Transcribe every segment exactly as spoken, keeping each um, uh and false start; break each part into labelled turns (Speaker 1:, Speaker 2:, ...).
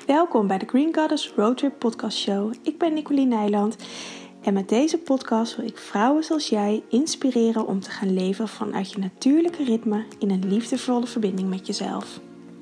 Speaker 1: Welkom bij de Green Goddess Roadtrip podcast show. Ik ben Nicoline Nijland en met deze podcast wil ik vrouwen zoals jij inspireren om te gaan leven vanuit je natuurlijke ritme in een liefdevolle verbinding met jezelf.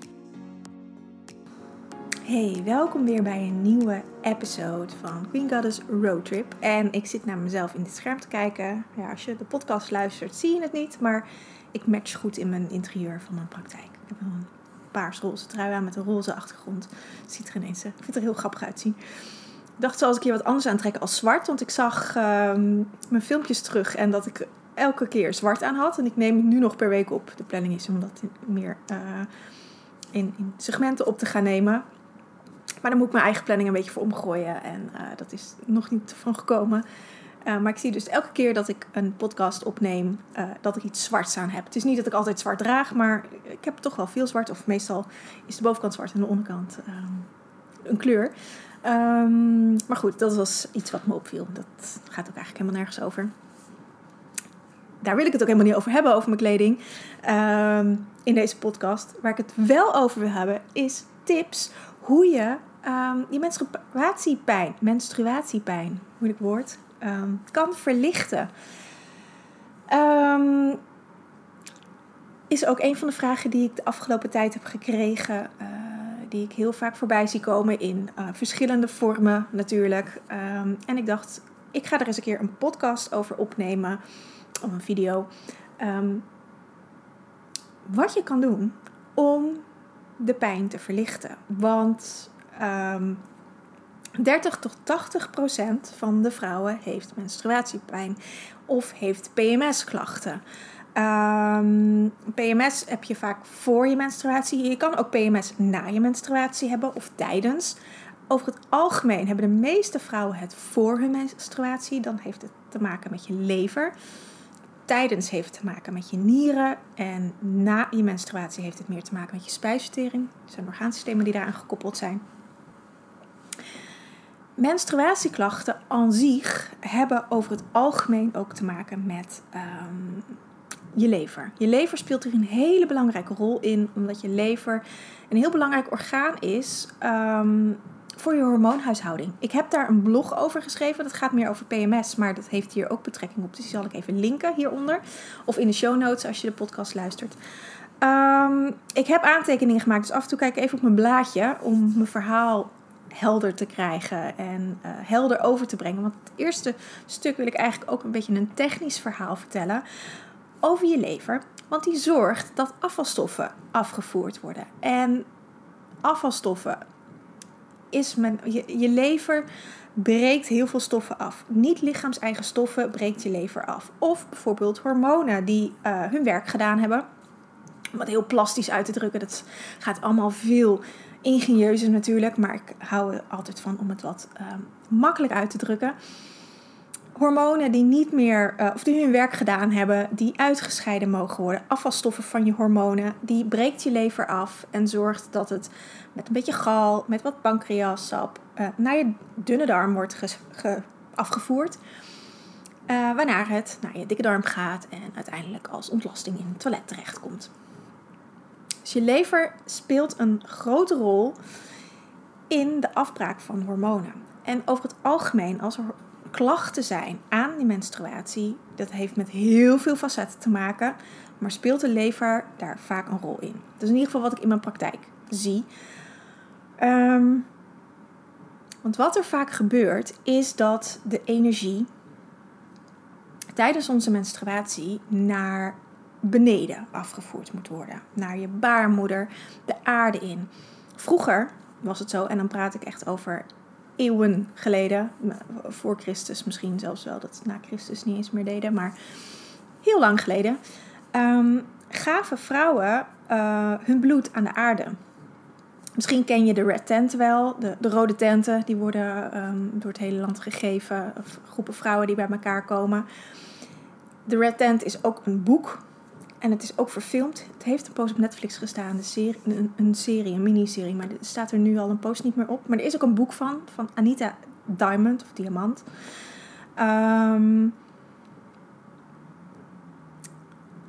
Speaker 1: Hey, welkom weer bij een nieuwe episode van Green Goddess Roadtrip. En ik zit naar mezelf in dit scherm te kijken. Ja, als je de podcast luistert zie je het niet, maar ik match goed in mijn interieur van mijn praktijk. Ik heb een paars-roze trui aan met een roze achtergrond. Het ziet er ineens, ik vind het er heel grappig uitzien. Ik dacht, zal ik een keer wat anders aantrekken als zwart, want ik zag uh, mijn filmpjes terug en dat ik elke keer zwart aan had. En ik neem het nu nog per week op. De planning is om dat meer uh, in, in segmenten op te gaan nemen. Maar dan moet ik mijn eigen planning een beetje voor omgooien. En uh, dat is nog niet van gekomen. Uh, maar ik zie dus elke keer dat ik een podcast opneem, uh, dat ik iets zwarts aan heb. Het is niet dat ik altijd zwart draag, maar ik heb toch wel veel zwart. Of meestal is de bovenkant zwart en de onderkant um, een kleur. Um, maar goed, dat was iets wat me opviel. Dat gaat ook eigenlijk helemaal nergens over. Daar wil ik het ook helemaal niet over hebben, over mijn kleding. Um, in deze podcast. Waar ik het wel over wil hebben, is tips hoe je um, je menstruatiepijn, menstruatiepijn, moeilijk woord, um, kan verlichten. Um, is ook een van de vragen die ik de afgelopen tijd heb gekregen. Uh, die ik heel vaak voorbij zie komen in uh, verschillende vormen natuurlijk. Um, en ik dacht, ik ga er eens een keer een podcast over opnemen. Of een video. Um, wat je kan doen om de pijn te verlichten. Want um, dertig tot tachtig procent van de vrouwen heeft menstruatiepijn of heeft P M S-klachten. Um, P M S heb je vaak voor je menstruatie. Je kan ook P M S na je menstruatie hebben of tijdens. Over het algemeen hebben de meeste vrouwen het voor hun menstruatie. Dan heeft het te maken met je lever. Tijdens heeft het te maken met je nieren. En na je menstruatie heeft het meer te maken met je spijsvertering. Er zijn orgaansystemen die daaraan gekoppeld zijn. Menstruatieklachten aan zich hebben over het algemeen ook te maken met um, je lever. Je lever speelt er een hele belangrijke rol in. Omdat je lever een heel belangrijk orgaan is um, voor je hormoonhuishouding. Ik heb daar een blog over geschreven. Dat gaat meer over P M S, maar dat heeft hier ook betrekking op. Dus die zal ik even linken hieronder. Of in de show notes als je de podcast luistert. Um, ik heb aantekeningen gemaakt. Dus af en toe kijk ik even op mijn blaadje om mijn verhaal helder te krijgen en uh, helder over te brengen. Want het eerste stuk wil ik eigenlijk ook een beetje een technisch verhaal vertellen over je lever. Want die zorgt dat afvalstoffen afgevoerd worden. En afvalstoffen is men, je, je lever breekt heel veel stoffen af. Niet lichaams-eigen stoffen breekt je lever af. Of bijvoorbeeld hormonen die uh, hun werk gedaan hebben. Om het heel plastisch uit te drukken. Dat gaat allemaal veel ingenieuzer natuurlijk. Maar ik hou er altijd van om het wat uh, makkelijk uit te drukken. Hormonen die niet meer, uh, of die hun werk gedaan hebben, die uitgescheiden mogen worden. Afvalstoffen van je hormonen, die breekt je lever af en zorgt dat het met een beetje gal, met wat pancreassap, uh, naar je dunne darm wordt ges- ge- afgevoerd. Uh, waarna het naar je dikke darm gaat en uiteindelijk als ontlasting in het toilet terechtkomt. Dus je lever speelt een grote rol in de afbraak van hormonen. En over het algemeen, als er klachten zijn aan die menstruatie, dat heeft met heel veel facetten te maken, maar speelt de lever daar vaak een rol in. Dat is in ieder geval wat ik in mijn praktijk zie. Um, want wat er vaak gebeurt, is dat de energie tijdens onze menstruatie naar beneden afgevoerd moet worden. Naar je baarmoeder, de aarde in. Vroeger was het zo, en dan praat ik echt over eeuwen geleden, voor Christus misschien zelfs wel, dat na Christus niet eens meer deden, maar heel lang geleden, um, gaven vrouwen uh, hun bloed aan de aarde. Misschien ken je de red tent wel, de, de rode tenten, die worden um, door het hele land gegeven, of groepen vrouwen die bij elkaar komen. De Red Tent is ook een boek en het is ook verfilmd. Het heeft een poos op Netflix gestaan, de serie, een, een serie, een miniserie, maar er staat er nu al een poos niet meer op. Maar er is ook een boek van, van Anita Diamond, of Diamant. Um,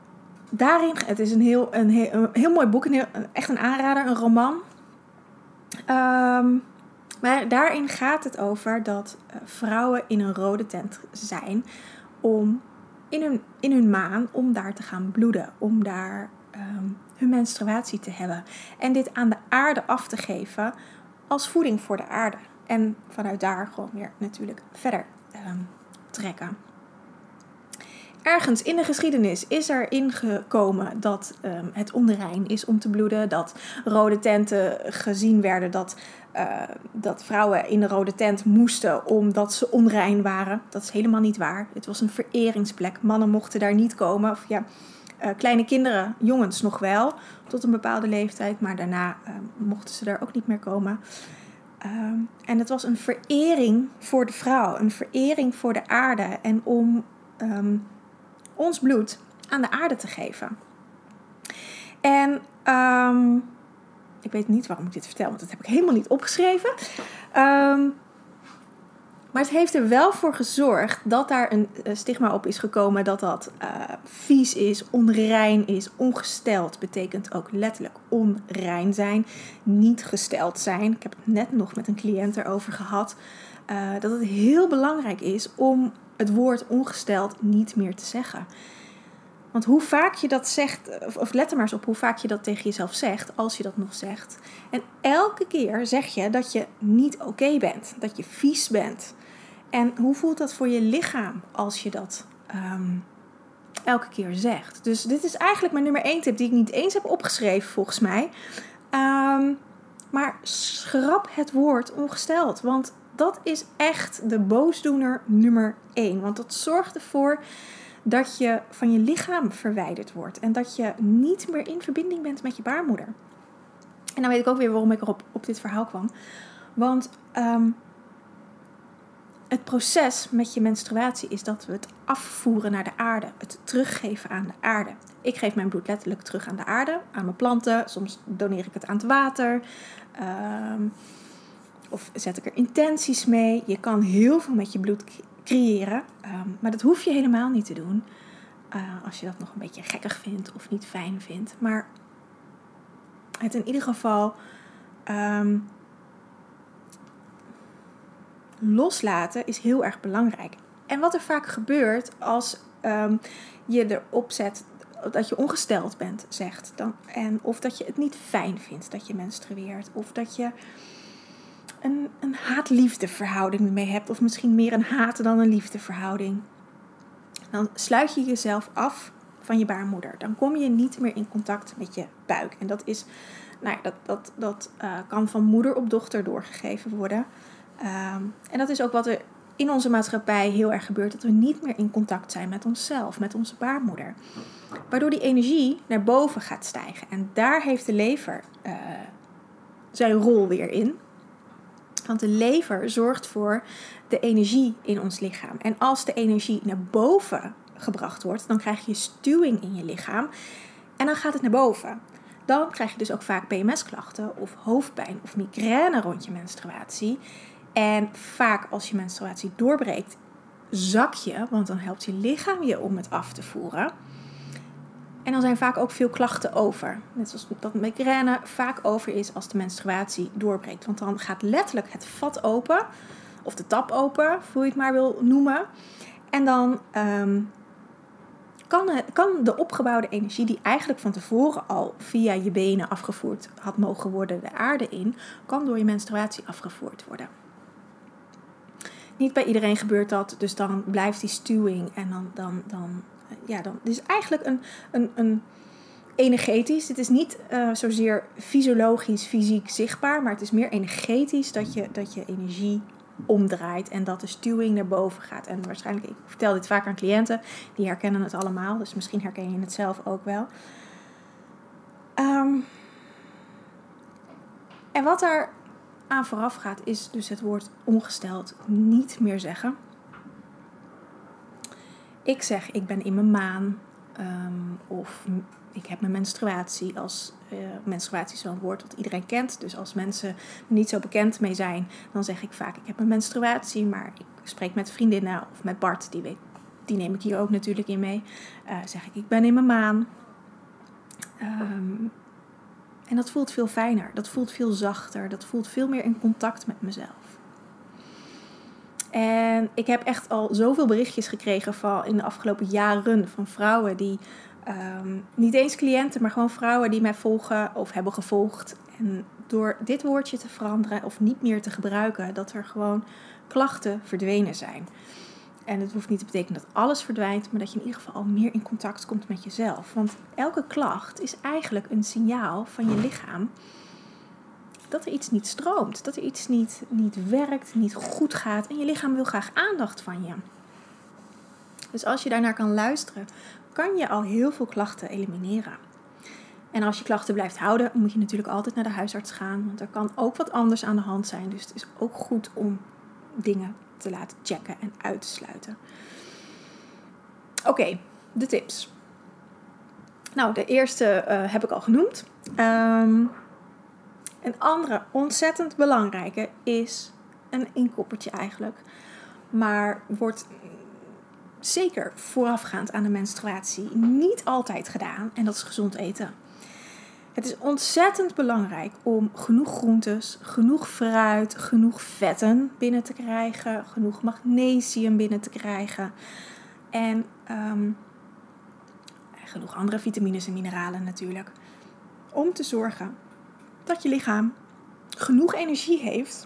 Speaker 1: daarin, het is een heel, een heel, een heel mooi boek, een heel, echt een aanrader, een roman. Um, maar daarin gaat het over dat uh, vrouwen in een rode tent zijn om in hun, in hun maan om daar te gaan bloeden, om daar um, hun menstruatie te hebben. En dit aan de aarde af te geven als voeding voor de aarde. En vanuit daar gewoon weer natuurlijk verder um, trekken. Ergens in de geschiedenis is er ingekomen dat um, het onrein is om te bloeden. Dat rode tenten gezien werden. Dat, uh, dat vrouwen in de rode tent moesten omdat ze onrein waren. Dat is helemaal niet waar. Het was een vereringsplek. Mannen mochten daar niet komen. Of ja, uh, kleine kinderen, jongens nog wel. Tot een bepaalde leeftijd. Maar daarna uh, mochten ze daar ook niet meer komen. Um, en het was een verering voor de vrouw. Een verering voor de aarde. En om... Um, ons bloed aan de aarde te geven. En um, ik weet niet waarom ik dit vertel, want dat heb ik helemaal niet opgeschreven. Um, maar het heeft er wel voor gezorgd dat daar een stigma op is gekomen dat dat uh, vies is, onrein is, ongesteld. Betekent ook letterlijk onrein zijn, niet gesteld zijn. Ik heb het net nog met een cliënt erover gehad. Uh, dat het heel belangrijk is om het woord ongesteld niet meer te zeggen. Want hoe vaak je dat zegt, of let er maar eens op hoe vaak je dat tegen jezelf zegt, als je dat nog zegt. En elke keer zeg je dat je niet oké bent, dat je vies bent. En hoe voelt dat voor je lichaam als je dat um, elke keer zegt? Dus dit is eigenlijk mijn nummer één tip die ik niet eens heb opgeschreven volgens mij. Um, maar schrap het woord ongesteld, want dat is echt de boosdoener nummer één. Want dat zorgt ervoor dat je van je lichaam verwijderd wordt. En dat je niet meer in verbinding bent met je baarmoeder. En dan weet ik ook weer waarom ik erop op dit verhaal kwam. Want um, het proces met je menstruatie is dat we het afvoeren naar de aarde. Het teruggeven aan de aarde. Ik geef mijn bloed letterlijk terug aan de aarde. Aan mijn planten. Soms doneer ik het aan het water. Um, Of zet ik er intenties mee. Je kan heel veel met je bloed creëren. Um, maar dat hoef je helemaal niet te doen. Uh, als je dat nog een beetje gekkig vindt of niet fijn vindt. Maar het in ieder geval um, loslaten is heel erg belangrijk. En wat er vaak gebeurt als um, je erop zet dat je ongesteld bent, zegt. Dan, en of dat je het niet fijn vindt dat je menstrueert. Of dat je een, een haat-liefde mee hebt. Of misschien meer een haat dan een liefdeverhouding. Dan sluit je jezelf af van je baarmoeder. Dan kom je niet meer in contact met je buik. En dat is, nou ja, dat, dat, dat uh, kan van moeder op dochter doorgegeven worden. Um, en dat is ook wat er in onze maatschappij heel erg gebeurt. Dat we niet meer in contact zijn met onszelf, met onze baarmoeder. Waardoor die energie naar boven gaat stijgen. En daar heeft de lever uh, zijn rol weer in. Want de lever zorgt voor de energie in ons lichaam. En als de energie naar boven gebracht wordt, dan krijg je stuwing in je lichaam. En dan gaat het naar boven. Dan krijg je dus ook vaak P M S-klachten of hoofdpijn of migraine rond je menstruatie. En vaak als je menstruatie doorbreekt, zak je, want dan helpt je lichaam je om het af te voeren. En dan zijn vaak ook veel klachten over. Net zoals dat migraine vaak over is als de menstruatie doorbreekt. Want dan gaat letterlijk het vat open, of de tap open, hoe je het maar wil noemen. En dan um, kan, het, kan de opgebouwde energie die eigenlijk van tevoren al via je benen afgevoerd had mogen worden de aarde in, kan door je menstruatie afgevoerd worden. Niet bij iedereen gebeurt dat, dus dan blijft die stuwing en dan... dan, dan Ja, dan, het is eigenlijk een, een, een energetisch. Het is niet uh, zozeer fysiologisch, fysiek zichtbaar, maar het is meer energetisch dat je, dat je energie omdraait en dat de stuwing naar boven gaat. En waarschijnlijk, ik vertel dit vaak aan cliënten, die herkennen het allemaal, dus misschien herken je het zelf ook wel. Um, en wat daar aan vooraf gaat, is dus het woord ongesteld niet meer zeggen. Ik zeg, ik ben in mijn maan. Um, of ik heb mijn menstruatie. Als uh, menstruatie is wel een woord dat iedereen kent. Dus als mensen er niet zo bekend mee zijn, dan zeg ik vaak, ik heb mijn menstruatie. Maar ik spreek met vriendinnen of met Bart, die, weet, die neem ik hier ook natuurlijk in mee. Uh, zeg ik, ik ben in mijn maan. Um, En dat voelt veel fijner, dat voelt veel zachter, dat voelt veel meer in contact met mezelf. En ik heb echt al zoveel berichtjes gekregen van in de afgelopen jaren van vrouwen die, um, niet eens cliënten, maar gewoon vrouwen die mij volgen of hebben gevolgd. En door dit woordje te veranderen of niet meer te gebruiken, dat er gewoon klachten verdwenen zijn. En het hoeft niet te betekenen dat alles verdwijnt, maar dat je in ieder geval al meer in contact komt met jezelf. Want elke klacht is eigenlijk een signaal van je lichaam dat er iets niet stroomt, dat er iets niet, niet werkt, niet goed gaat. En je lichaam wil graag aandacht van je. Dus als je daarnaar kan luisteren, kan je al heel veel klachten elimineren. En als je klachten blijft houden, moet je natuurlijk altijd naar de huisarts gaan. Want er kan ook wat anders aan de hand zijn. Dus het is ook goed om dingen te laten checken en uit te sluiten. Oké, okay, de tips. Nou, de eerste uh, heb ik al genoemd. Um, een andere ontzettend belangrijke is een inkoppertje eigenlijk. Maar wordt zeker voorafgaand aan de menstruatie niet altijd gedaan. En dat is gezond eten. Het is ontzettend belangrijk om genoeg groentes, genoeg fruit, genoeg vetten binnen te krijgen. Genoeg magnesium binnen te krijgen. En um, genoeg andere vitamines en mineralen natuurlijk. Om te zorgen dat je lichaam genoeg energie heeft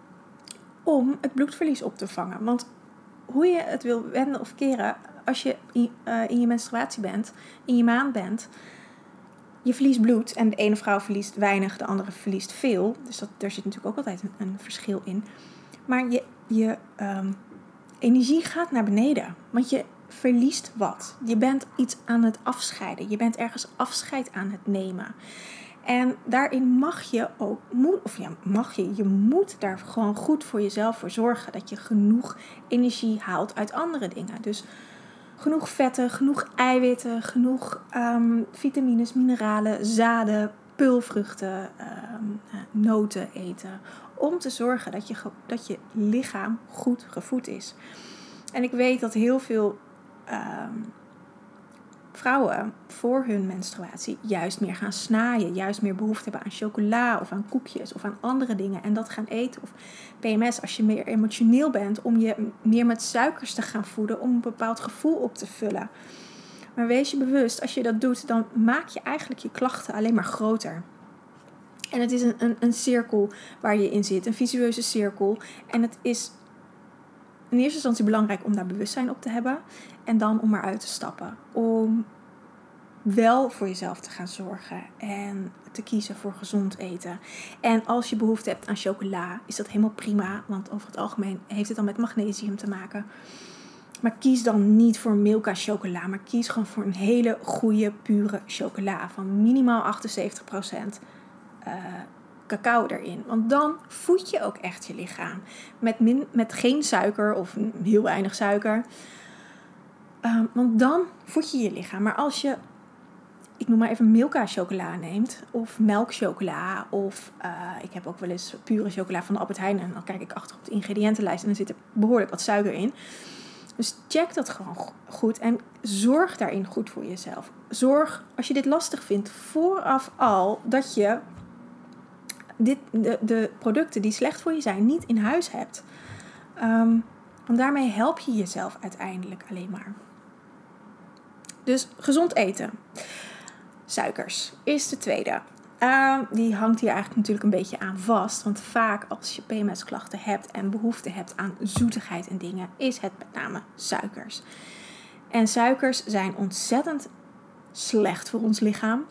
Speaker 1: om het bloedverlies op te vangen. Want hoe je het wil wenden of keren, als je in, uh, in je menstruatie bent, in je maand bent, je verliest bloed en de ene vrouw verliest weinig, de andere verliest veel. Dus dat, daar zit natuurlijk ook altijd een, een verschil in. Maar je, je um, energie gaat naar beneden, want je verliest wat. Je bent iets aan het afscheiden. Je bent ergens afscheid aan het nemen. En daarin mag je ook, of ja, mag je, je moet daar gewoon goed voor jezelf voor zorgen. Dat je genoeg energie haalt uit andere dingen. Dus genoeg vetten, genoeg eiwitten, genoeg um, vitamines, mineralen, zaden, peulvruchten, um, noten eten. Om te zorgen dat je, dat je lichaam goed gevoed is. En ik weet dat heel veel um, vrouwen voor hun menstruatie juist meer gaan snaaien. Juist meer behoefte hebben aan chocola of aan koekjes of aan andere dingen. En dat gaan eten. Of P M S als je meer emotioneel bent. Om je meer met suikers te gaan voeden. Om een bepaald gevoel op te vullen. Maar wees je bewust, als je dat doet, dan maak je eigenlijk je klachten alleen maar groter. En het is een, een, een cirkel waar je in zit. Een visueuze cirkel. En het is in eerste instantie belangrijk om daar bewustzijn op te hebben. En dan om eruit te stappen. Om wel voor jezelf te gaan zorgen. En te kiezen voor gezond eten. En als je behoefte hebt aan chocola, is dat helemaal prima. Want over het algemeen heeft het dan met magnesium te maken. Maar kies dan niet voor Milka chocola. Maar kies gewoon voor een hele goede, pure chocola. Van minimaal achtenzeventig procent uh, cacao erin. Want dan voed je ook echt je lichaam. Met, min, met geen suiker of heel weinig suiker. Um, want dan voed je je lichaam. Maar als je, ik noem maar even Milka chocola neemt. Of melkchocola. Of uh, ik heb ook wel eens pure chocola van de Albert Heijn. En dan kijk ik achter op de ingrediëntenlijst. En dan zit er behoorlijk wat suiker in. Dus check dat gewoon goed. En zorg daarin goed voor jezelf. Zorg, als je dit lastig vindt, vooraf al dat je dit, de, de producten die slecht voor je zijn niet in huis hebt. Um, want daarmee help je jezelf uiteindelijk alleen maar. Dus gezond eten. Suikers is de tweede. Uh, die hangt hier eigenlijk natuurlijk een beetje aan vast. Want vaak als je P M S-klachten hebt en behoefte hebt aan zoetigheid en dingen, is het met name suikers. En suikers zijn ontzettend slecht voor ons lichaam.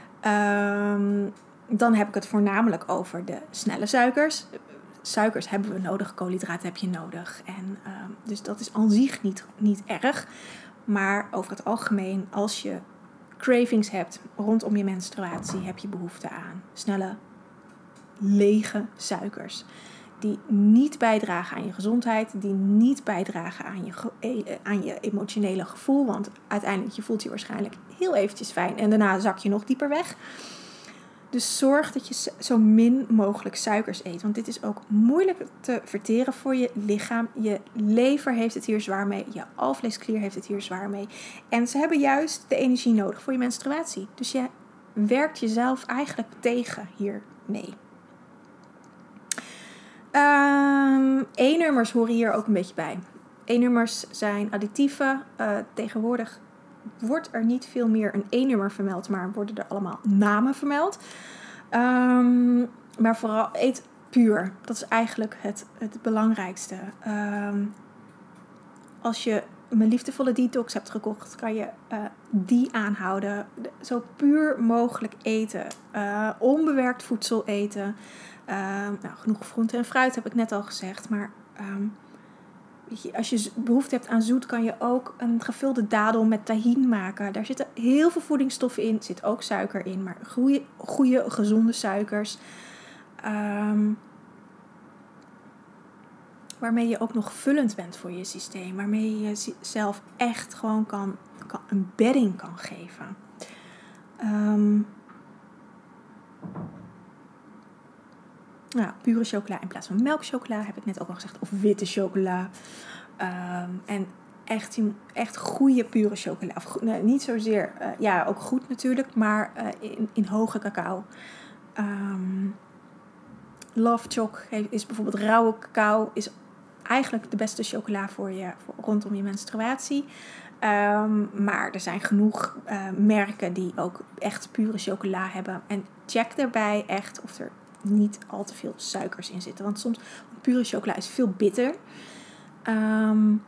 Speaker 1: Uh, dan heb ik het voornamelijk over de snelle suikers. Suikers hebben we nodig, koolhydraten heb je nodig. En, uh, dus dat is aan zich niet, niet erg. Maar over het algemeen, als je cravings hebt rondom je menstruatie, heb je behoefte aan snelle, lege suikers. Die niet bijdragen aan je gezondheid, die niet bijdragen aan je, ge- aan je emotionele gevoel. Want uiteindelijk, je voelt je waarschijnlijk heel eventjes fijn en daarna zak je nog dieper weg. Dus zorg dat je zo min mogelijk suikers eet. Want dit is ook moeilijk te verteren voor je lichaam. Je lever heeft het hier zwaar mee. Je alvleesklier heeft het hier zwaar mee. En ze hebben juist de energie nodig voor je menstruatie. Dus je werkt jezelf eigenlijk tegen hiermee. Um, E-nummers horen hier ook een beetje bij. E-nummers zijn additieven. Uh, tegenwoordig wordt er niet veel meer een E-nummer vermeld, maar worden er allemaal namen vermeld. Um, maar vooral eet puur. Dat is eigenlijk het, het belangrijkste. Um, als je mijn liefdevolle detox hebt gekocht, kan je uh, die aanhouden. De, zo puur mogelijk eten. Uh, onbewerkt voedsel eten. Uh, nou, genoeg groente en fruit heb ik net al gezegd. Maar um, weet je, als je behoefte hebt aan zoet, kan je ook een gevulde dadel met tahin maken. Daar zitten heel veel voedingsstoffen in. Er zit ook suiker in, maar goede, goede gezonde suikers. Um, waarmee je ook nog vullend bent voor je systeem. Waarmee je jezelf echt gewoon kan, kan, een bedding kan geven. Um, nou, pure chocola in plaats van melkchocola heb ik net ook al gezegd. Of witte chocola. Um, en echt, echt goede pure chocola. Of, nee, niet zozeer, uh, ja ook goed natuurlijk. Maar uh, in, in hoge cacao. Um, Love Choc is bijvoorbeeld rauwe cacao. Is eigenlijk de beste chocola voor je, voor, rondom je menstruatie. Um, maar er zijn genoeg uh, merken die ook echt pure chocola hebben. En check daarbij echt of er niet al te veel suikers in zitten. Want soms, pure chocola is veel bitter. Um,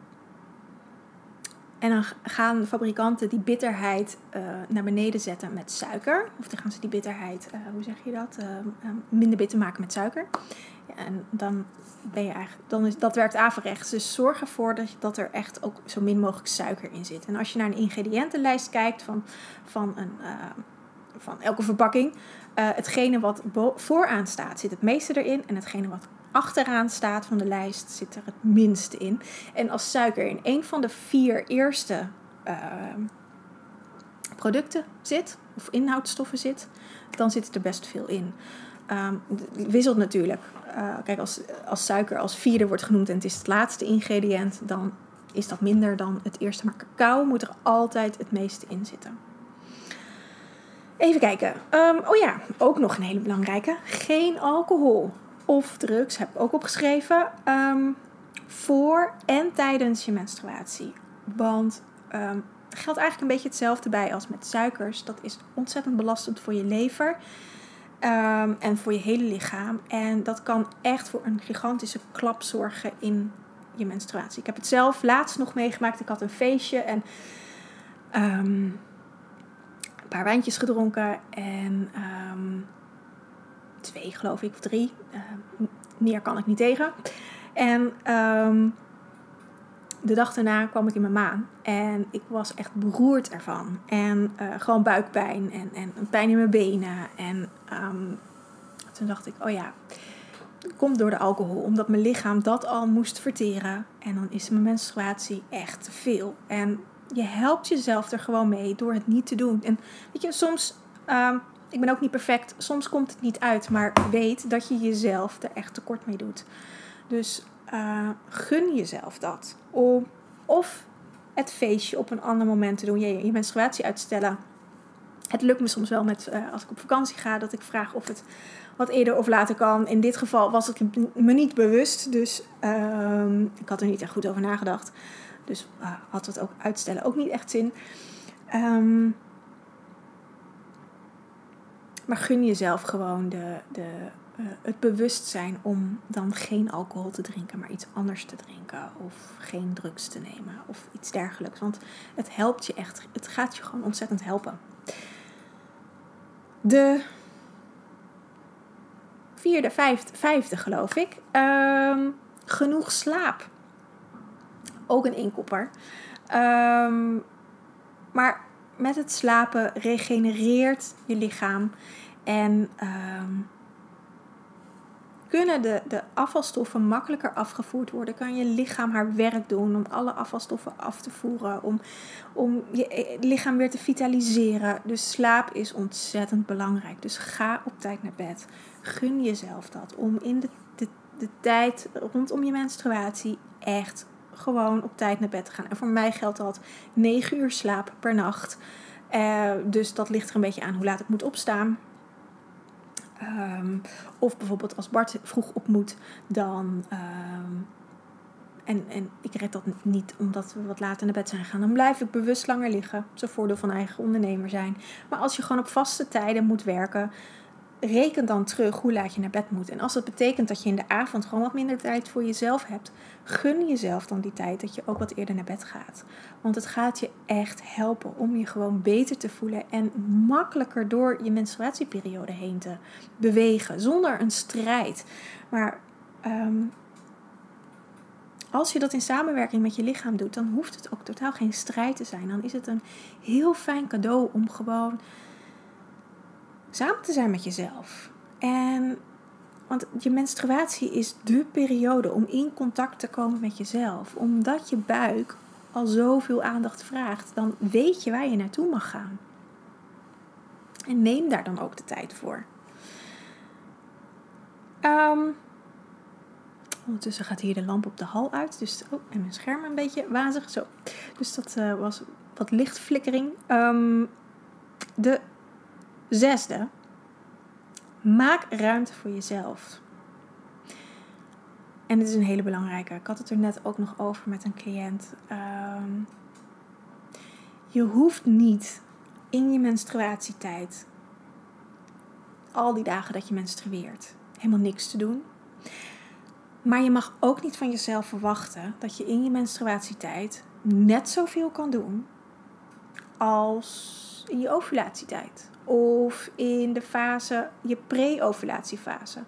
Speaker 1: en dan gaan de fabrikanten die bitterheid uh, naar beneden zetten met suiker. Of dan gaan ze die bitterheid, uh, hoe zeg je dat, uh, uh, minder bitter maken met suiker. Ja, en dan ben je eigenlijk, dan is dat werkt averechts. Dus zorg ervoor dat, dat er echt ook zo min mogelijk suiker in zit. En als je naar een ingrediëntenlijst kijkt van, van, een, uh, van elke verpakking, uh, hetgene wat bo- vooraan staat zit het meeste erin. En hetgene wat achteraan staat van de lijst zit er het minste in. En als suiker in een van de vier eerste uh, producten zit, of inhoudstoffen zit, dan zit er best veel in. Um, het wisselt natuurlijk. Uh, kijk, als, als suiker als vierde wordt genoemd en het is het laatste ingrediënt, dan is dat minder dan het eerste. Maar cacao moet er altijd het meeste in zitten. Even kijken. Um, oh ja, ook nog een hele belangrijke. Geen alcohol of drugs, heb ik ook opgeschreven, um, voor en tijdens je menstruatie. Want um, er geldt eigenlijk een beetje hetzelfde bij als met suikers. Dat is ontzettend belastend voor je lever um, en voor je hele lichaam. En dat kan echt voor een gigantische klap zorgen in je menstruatie. Ik heb het zelf laatst nog meegemaakt. Ik had een feestje en um, een paar wijntjes gedronken en um, twee geloof ik, of drie. Uh, meer kan ik niet tegen. En um, de dag daarna kwam ik in mijn maan. En ik was echt beroerd ervan. En uh, gewoon buikpijn en, en een pijn in mijn benen. En um, toen dacht ik, oh ja, het komt door de alcohol. Omdat mijn lichaam dat al moest verteren. En dan is mijn menstruatie echt te veel. En je helpt jezelf er gewoon mee door het niet te doen. En weet je, soms... Um, Ik ben ook niet perfect. Soms komt het niet uit. Maar weet dat je jezelf er echt tekort mee doet. Dus uh, gun jezelf dat. Om, of het feestje op een ander moment te doen. Je, je menstruatie uitstellen. Het lukt me soms wel met, uh, als ik op vakantie ga. Dat ik vraag of het wat eerder of later kan. In dit geval was het me niet bewust. Dus uh, ik had er niet echt goed over nagedacht. Dus uh, had het ook uitstellen ook niet echt zin. Um, Maar gun jezelf gewoon de, de, uh, het bewustzijn om dan geen alcohol te drinken, maar iets anders te drinken. Of geen drugs te nemen of iets dergelijks. Want het helpt je echt. Het gaat je gewoon ontzettend helpen. De vierde, vijfde, vijfde geloof ik. Um, genoeg slaap. Ook een inkopper. Um, maar... Met het slapen regenereert je lichaam en um, kunnen de, de afvalstoffen makkelijker afgevoerd worden. Kan je lichaam haar werk doen om alle afvalstoffen af te voeren, om, om je lichaam weer te vitaliseren. Dus slaap is ontzettend belangrijk. Dus ga op tijd naar bed. Gun jezelf dat om in de, de, de tijd rondom je menstruatie echt gewoon op tijd naar bed te gaan. En voor mij geldt dat negen uur slaap per nacht. Uh, dus dat ligt er een beetje aan hoe laat ik moet opstaan. Um, of bijvoorbeeld als Bart vroeg op moet, dan... Um, en, en ik red dat niet omdat we wat later naar bed zijn gegaan. Dan blijf ik bewust langer liggen. Dat is een voordeel van eigen ondernemer zijn. Maar als je gewoon op vaste tijden moet werken... reken dan terug hoe laat je naar bed moet. En als dat betekent dat je in de avond gewoon wat minder tijd voor jezelf hebt... gun jezelf dan die tijd dat je ook wat eerder naar bed gaat. Want het gaat je echt helpen om je gewoon beter te voelen... en makkelijker door je menstruatieperiode heen te bewegen. Zonder een strijd. Maar um, als je dat in samenwerking met je lichaam doet... dan hoeft het ook totaal geen strijd te zijn. Dan is het een heel fijn cadeau om gewoon... samen te zijn met jezelf. En, want je menstruatie is dé periode om in contact te komen met jezelf. Omdat je buik al zoveel aandacht vraagt, dan weet je waar je naartoe mag gaan. En neem daar dan ook de tijd voor. Um, ondertussen gaat hier de lamp op de hal uit. Dus, oh, en mijn scherm een beetje wazig. Zo. Dus dat uh, was wat lichtflikkering. Um, de Zesde, maak ruimte voor jezelf. En dit is een hele belangrijke. Ik had het er net ook nog over met een cliënt. Um, je hoeft niet in je menstruatietijd, al die dagen dat je menstrueert, helemaal niks te doen. Maar je mag ook niet van jezelf verwachten dat je in je menstruatietijd net zoveel kan doen als in je ovulatietijd. Of in de fase, je pre-ovulatiefase.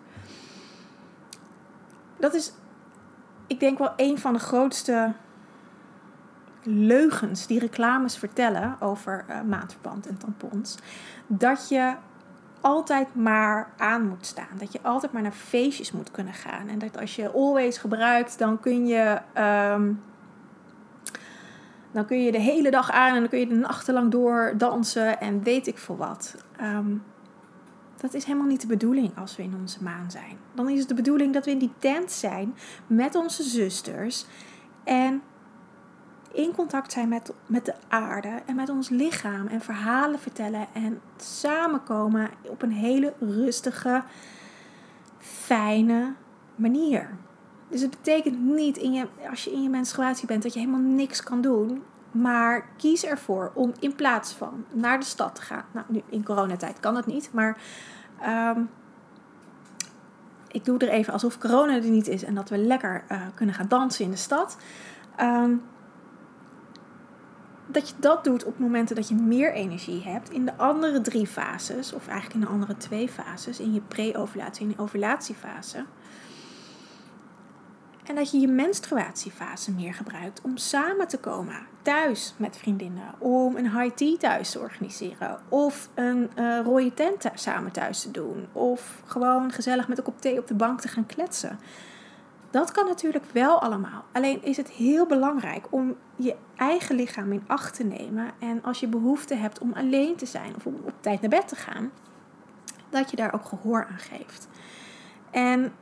Speaker 1: Dat is, ik denk wel een van de grootste leugens die reclames vertellen over uh, maandverband en tampons. Dat je altijd maar aan moet staan. Dat je altijd maar naar feestjes moet kunnen gaan. En dat als je Always gebruikt, dan kun je... Um, Dan kun je de hele dag aan en dan kun je de nachtenlang door dansen en weet ik veel wat. Um, dat is helemaal niet de bedoeling als we in onze maan zijn. Dan is het de bedoeling dat we in die tent zijn met onze zusters. En in contact zijn met, met de aarde en met ons lichaam. En verhalen vertellen en samenkomen op een hele rustige, fijne manier. Dus het betekent niet, in je, als je in je menstruatie bent, dat je helemaal niks kan doen. Maar kies ervoor om in plaats van naar de stad te gaan. Nou, nu in coronatijd kan dat niet. Maar um, ik doe er even alsof corona er niet is. En dat we lekker uh, kunnen gaan dansen in de stad. Um, dat je dat doet op momenten dat je meer energie hebt. In de andere drie fases, of eigenlijk in de andere twee fases. In je pre-ovulatie en je ovulatiefase. En dat je je menstruatiefase meer gebruikt om samen te komen. Thuis met vriendinnen. Om een high tea thuis te organiseren. Of een uh, rode tent samen thuis te doen. Of gewoon gezellig met een kop thee op de bank te gaan kletsen. Dat kan natuurlijk wel allemaal. Alleen is het heel belangrijk om je eigen lichaam in acht te nemen. En als je behoefte hebt om alleen te zijn of om op tijd naar bed te gaan. Dat je daar ook gehoor aan geeft. En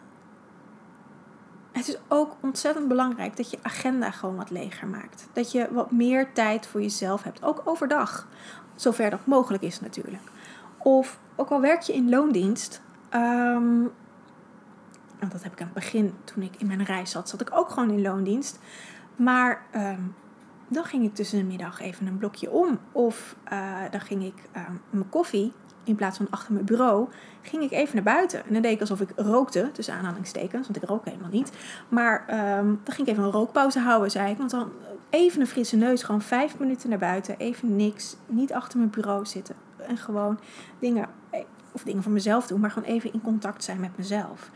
Speaker 1: het is ook ontzettend belangrijk dat je agenda gewoon wat leger maakt. Dat je wat meer tijd voor jezelf hebt. Ook overdag. Zover dat mogelijk is natuurlijk. Of ook al werk je in loondienst. Um, nou, dat heb ik aan het begin, toen ik in mijn reis zat, zat ik ook gewoon in loondienst. Maar um, dan ging ik tussen de middag even een blokje om. Of uh, dan ging ik uh, mijn koffie, in plaats van achter mijn bureau, ging ik even naar buiten. En dan deed ik alsof ik rookte, tussen aanhalingstekens, want ik rook helemaal niet. Maar um, dan ging ik even een rookpauze houden, zei ik. Want dan even een frisse neus, gewoon vijf minuten naar buiten, even niks, niet achter mijn bureau zitten. En gewoon dingen, of dingen voor mezelf doen, maar gewoon even in contact zijn met mezelf.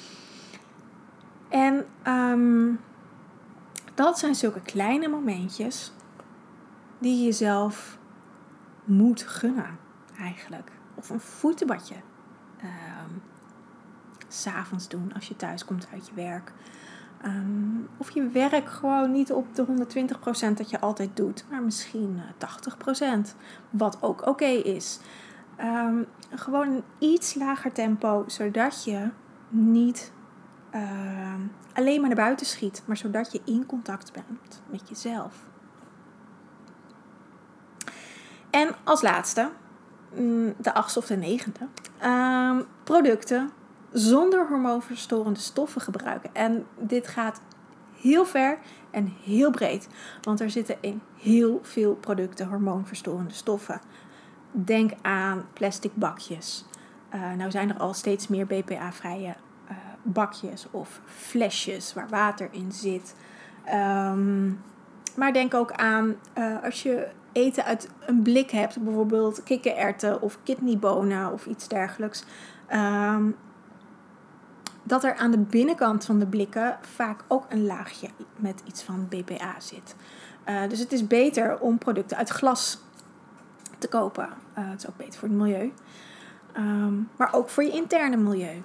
Speaker 1: En um, dat zijn zulke kleine momentjes die je jezelf moet gunnen, eigenlijk. Of een voetenbadje. Um, 's avonds doen als je thuis komt uit je werk. Um, of je werk gewoon niet op de honderdtwintig procent dat je altijd doet. Maar misschien uh, tachtig procent. Wat ook oké okay is. Um, gewoon een iets lager tempo. Zodat je niet uh, alleen maar naar buiten schiet. Maar zodat je in contact bent met jezelf. En als laatste, de achtste of de negende, um, producten zonder hormoonverstorende stoffen gebruiken. En dit gaat heel ver en heel breed, want er zitten in heel veel producten hormoonverstorende stoffen. Denk aan plastic bakjes. Uh, nou zijn er al steeds meer B P A-vrije uh, bakjes of flesjes waar water in zit. Um, maar denk ook aan uh, als je eten uit een blik hebt, bijvoorbeeld kikkererwten of kidneybonen of iets dergelijks. Um, dat er aan de binnenkant van de blikken vaak ook een laagje met iets van B P A zit. Uh, dus het is beter om producten uit glas te kopen. Uh, het is ook beter voor het milieu. Um, maar ook voor je interne milieu.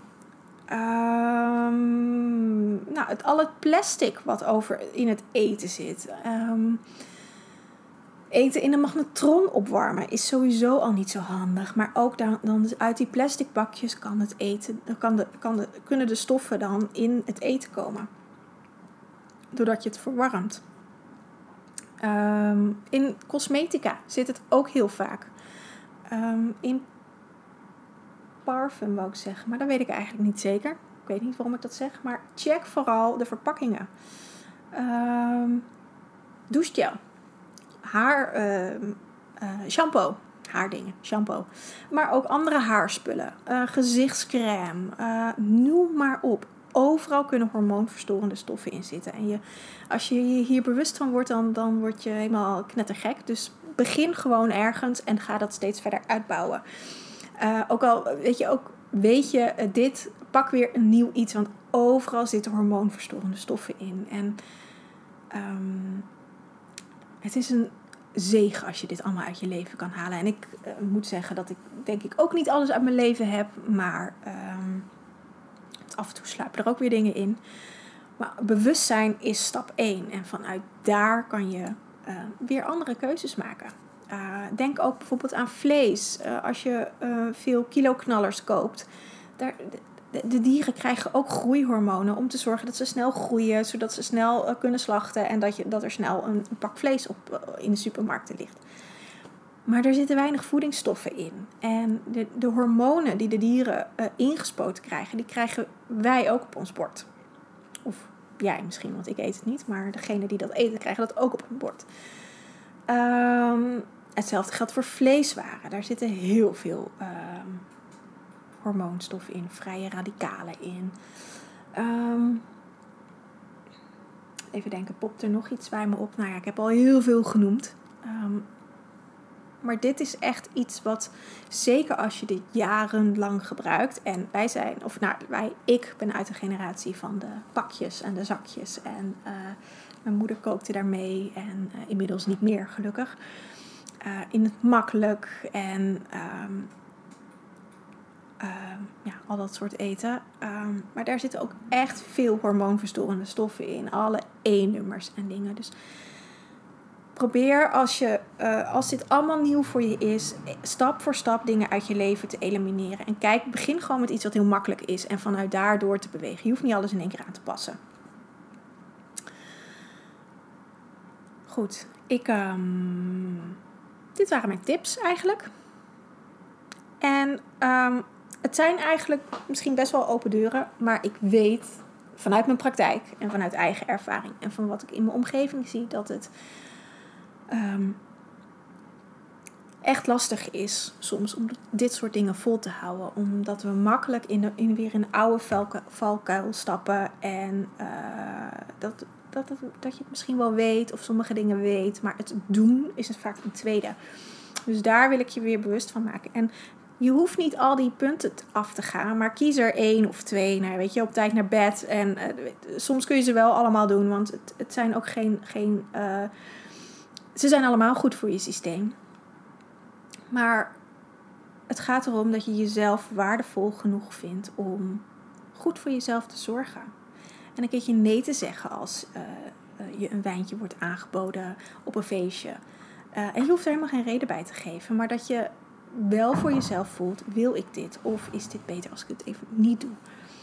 Speaker 1: Um, nou, het, al het plastic wat over in het eten zit. Um, eten in een magnetron opwarmen is sowieso al niet zo handig. Maar ook dan, dan uit die plastic bakjes kan het eten, kan de, kan de, kunnen de stoffen dan in het eten komen. Doordat je het verwarmt. Um, in cosmetica zit het ook heel vaak. Um, in parfum wou ik zeggen, maar dat weet ik eigenlijk niet zeker. Ik weet niet waarom ik dat zeg, maar check vooral de verpakkingen. Um, douchegel, haar, uh, uh, shampoo, haardingen, shampoo. Maar ook andere haarspullen, uh, gezichtscrème, uh, noem maar op. Overal kunnen hormoonverstorende stoffen in zitten. En je, als je hier bewust van wordt, dan, dan word je helemaal knettergek. Dus begin gewoon ergens en ga dat steeds verder uitbouwen. Uh, ook al weet je, ook weet je uh, dit, pak weer een nieuw iets. Want overal zitten hormoonverstorende stoffen in. En um, het is een zegen als je dit allemaal uit je leven kan halen. En ik uh, moet zeggen dat ik denk ik ook niet alles uit mijn leven heb. Maar um, af en toe sluipen er ook weer dingen in. Maar bewustzijn is stap één. En vanuit daar kan je uh, weer andere keuzes maken. Uh, denk ook bijvoorbeeld aan vlees. Uh, als je uh, veel kiloknallers koopt. Daar, de, de dieren krijgen ook groeihormonen om te zorgen dat ze snel groeien. Zodat ze snel uh, kunnen slachten. En dat, je, dat er snel een, een pak vlees op, uh, in de supermarkten ligt. Maar er zitten weinig voedingsstoffen in. En de, de hormonen die de dieren uh, ingespoten krijgen, die krijgen wij ook op ons bord. Of jij misschien, want ik eet het niet. Maar degene die dat eten, krijgen dat ook op hun bord. Um, hetzelfde geldt voor vleeswaren. Daar zitten heel veel um, hormoonstoffen in. Vrije radicalen in. Um, even denken, popt er nog iets bij me op? Nou ja, ik heb al heel veel genoemd. Um, Maar dit is echt iets wat, zeker als je dit jarenlang gebruikt. En wij zijn, of nou, wij, ik ben uit de generatie van de pakjes en de zakjes. En uh, mijn moeder kookte daarmee. En uh, inmiddels niet meer, gelukkig. Uh, in het makkelijk en um, uh, ja, al dat soort eten. Um, maar daar zitten ook echt veel hormoonverstorende stoffen in. Alle E-nummers en dingen. Dus probeer als, je, uh, als dit allemaal nieuw voor je is, stap voor stap dingen uit je leven te elimineren. En kijk, begin gewoon met iets wat heel makkelijk is en vanuit daar door te bewegen. Je hoeft niet alles in één keer aan te passen. Goed, ik, um, dit waren mijn tips eigenlijk. En um, het zijn eigenlijk misschien best wel open deuren, maar ik weet vanuit mijn praktijk en vanuit eigen ervaring en van wat ik in mijn omgeving zie, dat het Um, echt lastig is soms om dit soort dingen vol te houden. Omdat we makkelijk in, de, in weer in een oude valkuil, valkuil stappen. En uh, dat, dat, dat, dat je het misschien wel weet of sommige dingen weet. Maar het doen is het vaak een tweede. Dus daar wil ik je weer bewust van maken. En je hoeft niet al die punten af te gaan. Maar kies er één of twee. Nou, weet je, op tijd naar bed. En uh, soms kun je ze wel allemaal doen. Want het, het zijn ook geen... geen uh, Ze zijn allemaal goed voor je systeem. Maar het gaat erom dat je jezelf waardevol genoeg vindt om goed voor jezelf te zorgen. En een keertje nee te zeggen als uh, uh, je een wijntje wordt aangeboden op een feestje. Uh, en je hoeft er helemaal geen reden bij te geven. Maar dat je wel voor jezelf voelt, wil ik dit? Of is dit beter als ik het even niet doe?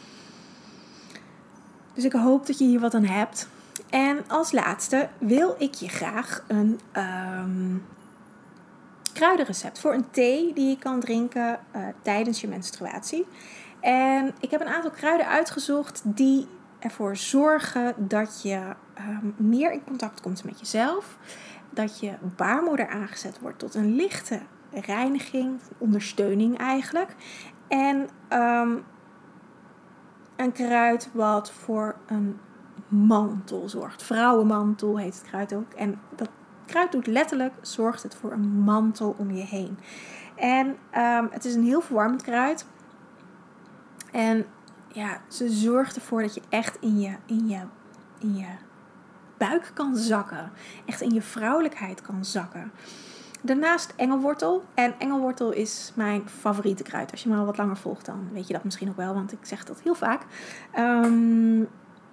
Speaker 1: Dus ik hoop dat je hier wat aan hebt. En als laatste wil ik je graag een, um, kruidenrecept voor een thee die je kan drinken uh, tijdens je menstruatie. En ik heb een aantal kruiden uitgezocht die ervoor zorgen dat je um, meer in contact komt met jezelf. Dat je baarmoeder aangezet wordt tot een lichte reiniging, ondersteuning eigenlijk. En um, een kruid wat voor een mantel zorgt. Vrouwenmantel heet het kruid ook. En dat kruid doet letterlijk, zorgt het voor een mantel om je heen. En um, het is een heel verwarmend kruid. En ja, ze zorgt ervoor dat je echt in je, in je, in je buik kan zakken. Echt in je vrouwelijkheid kan zakken. Daarnaast engelwortel. En engelwortel is mijn favoriete kruid. Als je me al wat langer volgt, dan weet je dat misschien ook wel. Want ik zeg dat heel vaak. Um,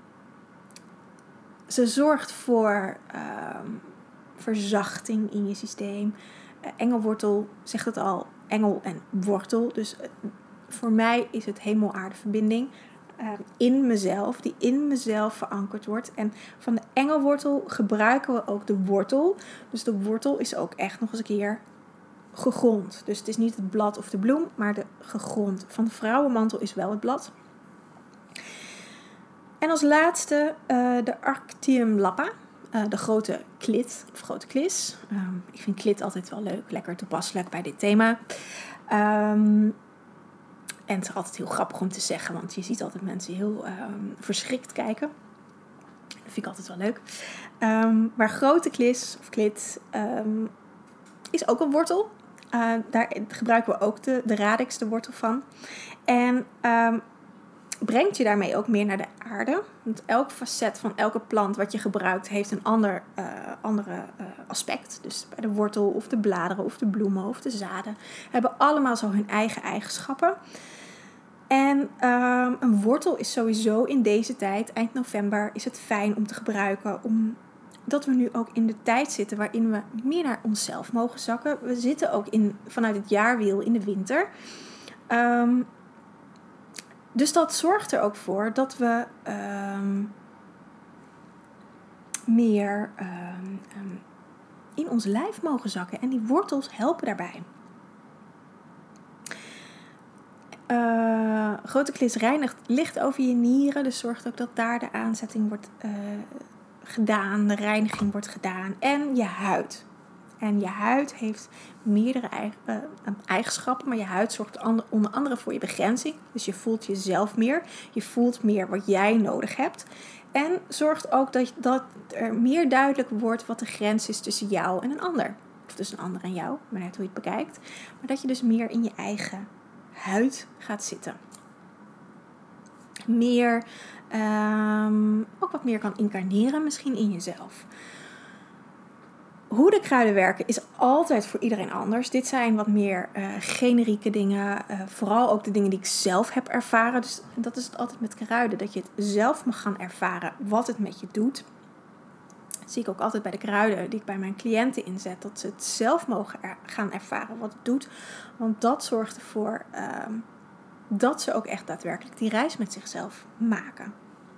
Speaker 1: ze zorgt voor um, verzachting in je systeem. Uh, engelwortel, zegt het al, engel en wortel. Dus uh, voor mij is het hemel-aarde-verbinding uh, in mezelf, die in mezelf verankerd wordt. En van de engelwortel gebruiken we ook de wortel. Dus de wortel is ook echt nog eens een keer gegrond. Dus het is niet het blad of de bloem, maar de gegrond. Van de vrouwenmantel is wel het blad. En als laatste uh, de Arctium lappa. Uh, de grote klit, of grote klis. Um, ik vind klit altijd wel leuk, lekker toepasselijk bij dit thema. Um, en het is altijd heel grappig om te zeggen, want je ziet altijd mensen heel um, verschrikt kijken. Dat vind ik altijd wel leuk. Um, maar grote klis, of klit, um, is ook een wortel. Uh, daar gebruiken we ook de, de radix, de wortel van. En um, brengt je daarmee ook meer naar de aarde. Want elk facet van elke plant wat je gebruikt heeft een ander uh, andere uh, aspect. Dus bij de wortel of de bladeren of de bloemen of de zaden hebben allemaal zo hun eigen eigenschappen. En um, een wortel is sowieso in deze tijd, eind november, is het fijn om te gebruiken. Omdat we nu ook in de tijd zitten waarin we meer naar onszelf mogen zakken. We zitten ook in, vanuit het jaarwiel in de winter. Um, Dus dat zorgt er ook voor dat we um, meer um, um, in ons lijf mogen zakken. En die wortels helpen daarbij. Uh, grote klis reinigt licht over je nieren. Dus zorgt ook dat daar de aanzetting wordt uh, gedaan. De reiniging wordt gedaan. En je huid. En je huid heeft meerdere eigen, uh, eigenschappen, maar je huid zorgt onder andere voor je begrenzing. Dus je voelt jezelf meer. Je voelt meer wat jij nodig hebt. En zorgt ook dat, dat er meer duidelijk wordt wat de grens is tussen jou en een ander. Of tussen een ander en jou, maar net hoe je het bekijkt. Maar dat je dus meer in je eigen huid gaat zitten. Meer, um, ook wat meer kan incarneren misschien in jezelf. Hoe de kruiden werken is altijd voor iedereen anders. Dit zijn wat meer uh, generieke dingen. Uh, vooral ook de dingen die ik zelf heb ervaren. Dus dat is het altijd met kruiden. Dat je het zelf mag gaan ervaren wat het met je doet. Dat zie ik ook altijd bij de kruiden die ik bij mijn cliënten inzet. Dat ze het zelf mogen er- gaan ervaren wat het doet. Want dat zorgt ervoor uh, dat ze ook echt daadwerkelijk die reis met zichzelf maken.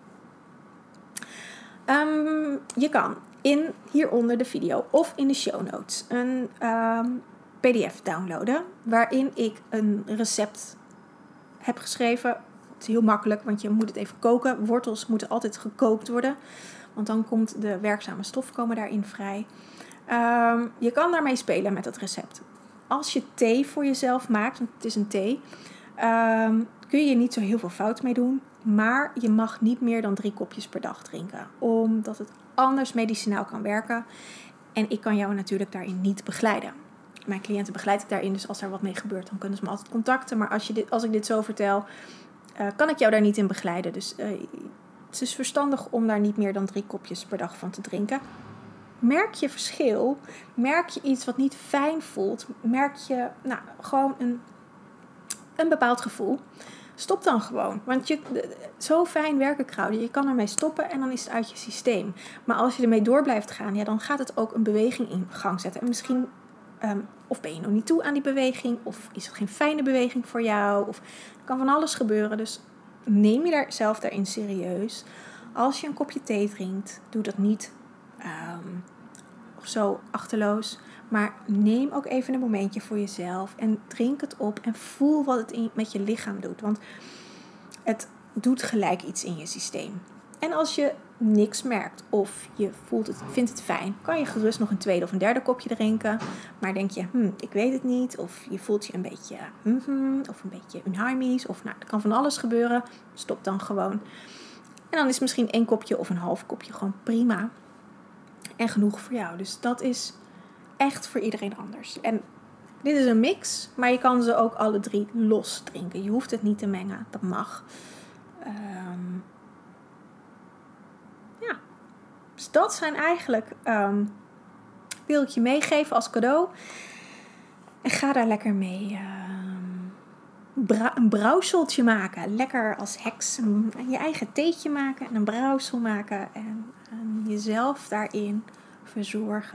Speaker 1: Um, je kan in hieronder de video of in de show notes een um, P D F downloaden waarin ik een recept heb geschreven. Het is heel makkelijk, want je moet het even koken. Wortels moeten altijd gekookt worden, want dan komt de werkzame stof komen daarin vrij. Um, je kan daarmee spelen met het recept. Als je thee voor jezelf maakt, want het is een thee, um, kun je niet zo heel veel fout mee doen. Maar je mag niet meer dan drie kopjes per dag drinken. Omdat het anders medicinaal kan werken. En ik kan jou natuurlijk daarin niet begeleiden. Mijn cliënten begeleid ik daarin. Dus als er wat mee gebeurt, dan kunnen ze me altijd contacten. Maar als, je dit, als ik dit zo vertel, uh, kan ik jou daar niet in begeleiden. Dus uh, het is verstandig om daar niet meer dan drie kopjes per dag van te drinken. Merk je verschil? Merk je iets wat niet fijn voelt? Merk je nou, gewoon een, een bepaald gevoel? Stop dan gewoon. Want je, zo fijn werken kruiden. Je kan ermee stoppen en dan is het uit je systeem. Maar als je ermee door blijft gaan, ja, dan gaat het ook een beweging in gang zetten. En misschien, um, of ben je nog niet toe aan die beweging, of is het geen fijne beweging voor jou, of er kan van alles gebeuren. Dus neem je daar zelf daarin serieus. Als je een kopje thee drinkt, doe dat niet um, zo achterloos. Maar neem ook even een momentje voor jezelf en drink het op en voel wat het in, met je lichaam doet. Want het doet gelijk iets in je systeem. En als je niks merkt of je voelt het, vindt het fijn, kan je gerust nog een tweede of een derde kopje drinken. Maar denk je, hm, ik weet het niet, of je voelt je een beetje mm-hmm, of een beetje unheimlich, of nou, er kan van alles gebeuren, stop dan gewoon. En dan is misschien één kopje of een half kopje gewoon prima en genoeg voor jou. Dus dat is echt voor iedereen anders. En dit is een mix, maar je kan ze ook alle drie los drinken. Je hoeft het niet te mengen, dat mag. Um, ja, dus dat zijn eigenlijk, um, wil ik je meegeven als cadeau. En ga daar lekker mee um, bra- een brouwseltje maken. Lekker als heks een, je eigen theetje maken en een brouwsel maken. En, en jezelf daarin verzorgen.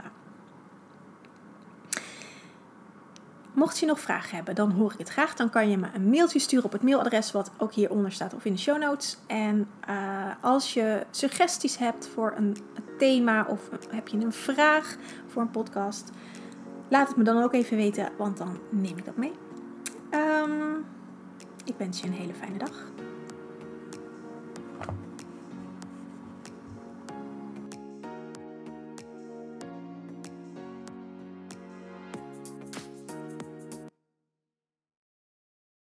Speaker 1: Mocht je nog vragen hebben, dan hoor ik het graag. Dan kan je me een mailtje sturen op het mailadres wat ook hieronder staat of in de show notes. En uh, als je suggesties hebt voor een, een thema of heb je een vraag voor een podcast, laat het me dan ook even weten, want dan neem ik dat mee. Um, ik wens je een hele fijne dag.